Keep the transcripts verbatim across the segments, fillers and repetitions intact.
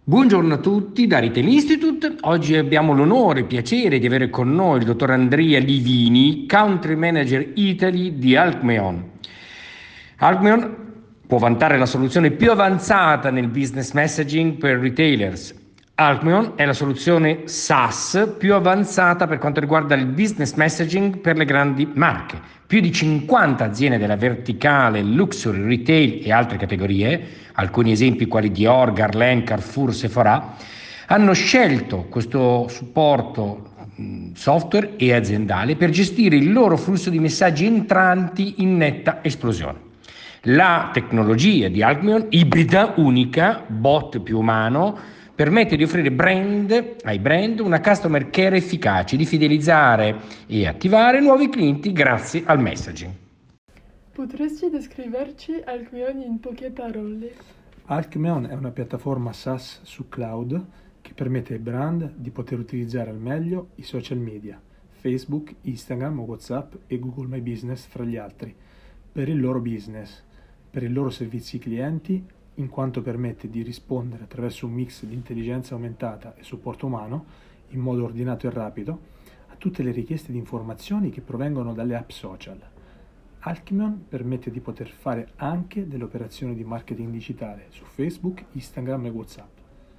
Buongiorno a tutti da Retail Institute. Oggi abbiamo l'onore e il piacere di avere con noi il dottor Andrea Livini, Country Manager Italy di Alkmeon. Alkmeon può vantare la soluzione più avanzata nel business messaging per retailers. Alkmeon è la soluzione SaaS più avanzata per quanto riguarda il business messaging per le grandi marche. Più di cinquanta aziende della verticale luxury, retail e altre categorie, alcuni esempi quali Dior, Guerlain, Carrefour, Sephora, hanno scelto questo supporto software e aziendale per gestire il loro flusso di messaggi entranti in netta esplosione. La tecnologia di Alkmeon, ibrida, unica, bot più umano, permette di offrire brand, ai brand una customer care efficace, di fidelizzare e attivare nuovi clienti grazie al messaging. Potresti descriverci Alkmeon in poche parole? Alkmeon è una piattaforma SaaS su cloud che permette ai brand di poter utilizzare al meglio i social media, Facebook, Instagram, WhatsApp e Google My Business fra gli altri, per il loro business, per i loro servizi clienti, in quanto permette di rispondere attraverso un mix di intelligenza aumentata e supporto umano, in modo ordinato e rapido, a tutte le richieste di informazioni che provengono dalle app social. Alkmeon permette di poter fare anche delle operazioni di marketing digitale su Facebook, Instagram e WhatsApp.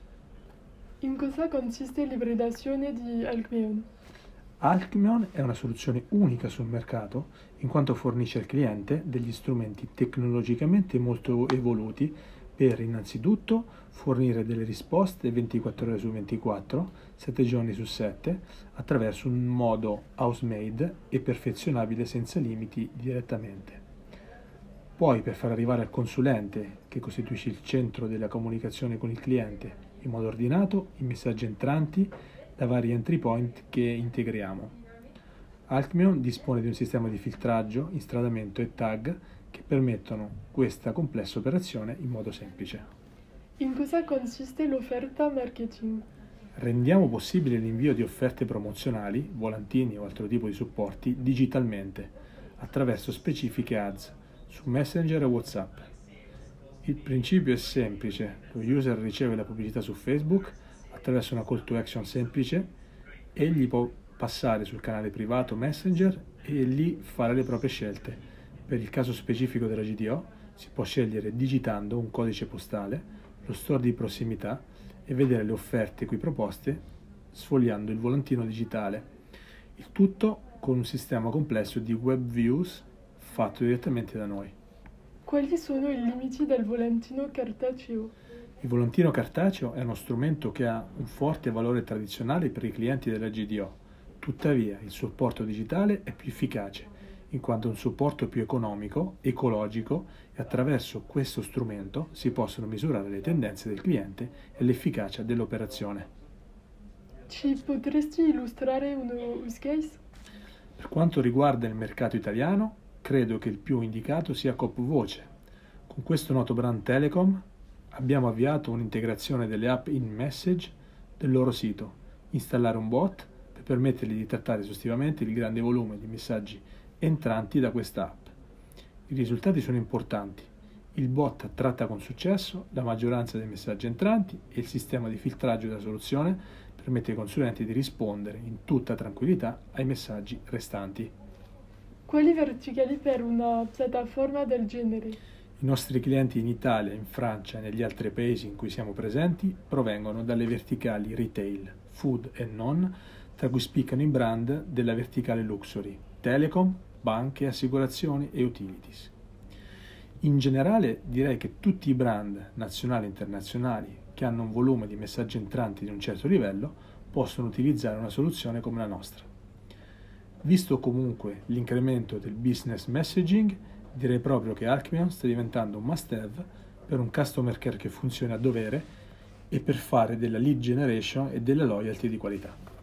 In cosa consiste l'ibridazione di Alkmeon? Alkmeon è una soluzione unica sul mercato in quanto fornisce al cliente degli strumenti tecnologicamente molto evoluti per innanzitutto fornire delle risposte ventiquattro ore su ventiquattro, sette giorni su sette, attraverso un modo house-made e perfezionabile senza limiti direttamente. Poi, per far arrivare al consulente, che costituisce il centro della comunicazione con il cliente, in modo ordinato, i messaggi entranti da vari entry point che integriamo. Alkmeon dispone di un sistema di filtraggio, instradamento e tag che permettono questa complessa operazione in modo semplice. In cosa consiste l'offerta marketing? Rendiamo possibile l'invio di offerte promozionali, volantini o altro tipo di supporti digitalmente, attraverso specifiche ads, su Messenger e WhatsApp. Il principio è semplice: lo user riceve la pubblicità su Facebook attraverso una call to action semplice, egli può passare sul canale privato Messenger e lì fare le proprie scelte. Per il caso specifico della G D O si può scegliere digitando un codice postale, lo store di prossimità e vedere le offerte qui proposte sfogliando il volantino digitale. Il tutto con un sistema complesso di web views fatto direttamente da noi. Quali sono i limiti del volantino cartaceo? Il volantino cartaceo è uno strumento che ha un forte valore tradizionale per i clienti della G D O, tuttavia il supporto digitale è più efficace, in quanto è un supporto più economico, ecologico e attraverso questo strumento si possono misurare le tendenze del cliente e l'efficacia dell'operazione. Ci potresti illustrare uno use case? Per quanto riguarda il mercato italiano, credo che il più indicato sia Coop Voce. Con questo noto brand Telecom abbiamo avviato un'integrazione delle app in message del loro sito, installare un bot per permettergli di trattare esaustivamente il grande volume di messaggi entranti da questa app. I risultati sono importanti. Il bot tratta con successo la maggioranza dei messaggi entranti e il sistema di filtraggio della soluzione permette ai consulenti di rispondere in tutta tranquillità ai messaggi restanti. Quali verticali per una piattaforma del genere? I nostri clienti in Italia, in Francia e negli altri paesi in cui siamo presenti provengono dalle verticali retail, food e non, tra cui spiccano i brand della verticale luxury, telecom, banche, assicurazioni e utilities. In generale direi che tutti i brand nazionali e internazionali che hanno un volume di messaggi entranti di un certo livello possono utilizzare una soluzione come la nostra. Visto comunque l'incremento del business messaging, direi proprio che Alkmeon sta diventando un must-have per un customer care che funzioni a dovere e per fare della lead generation e della loyalty di qualità.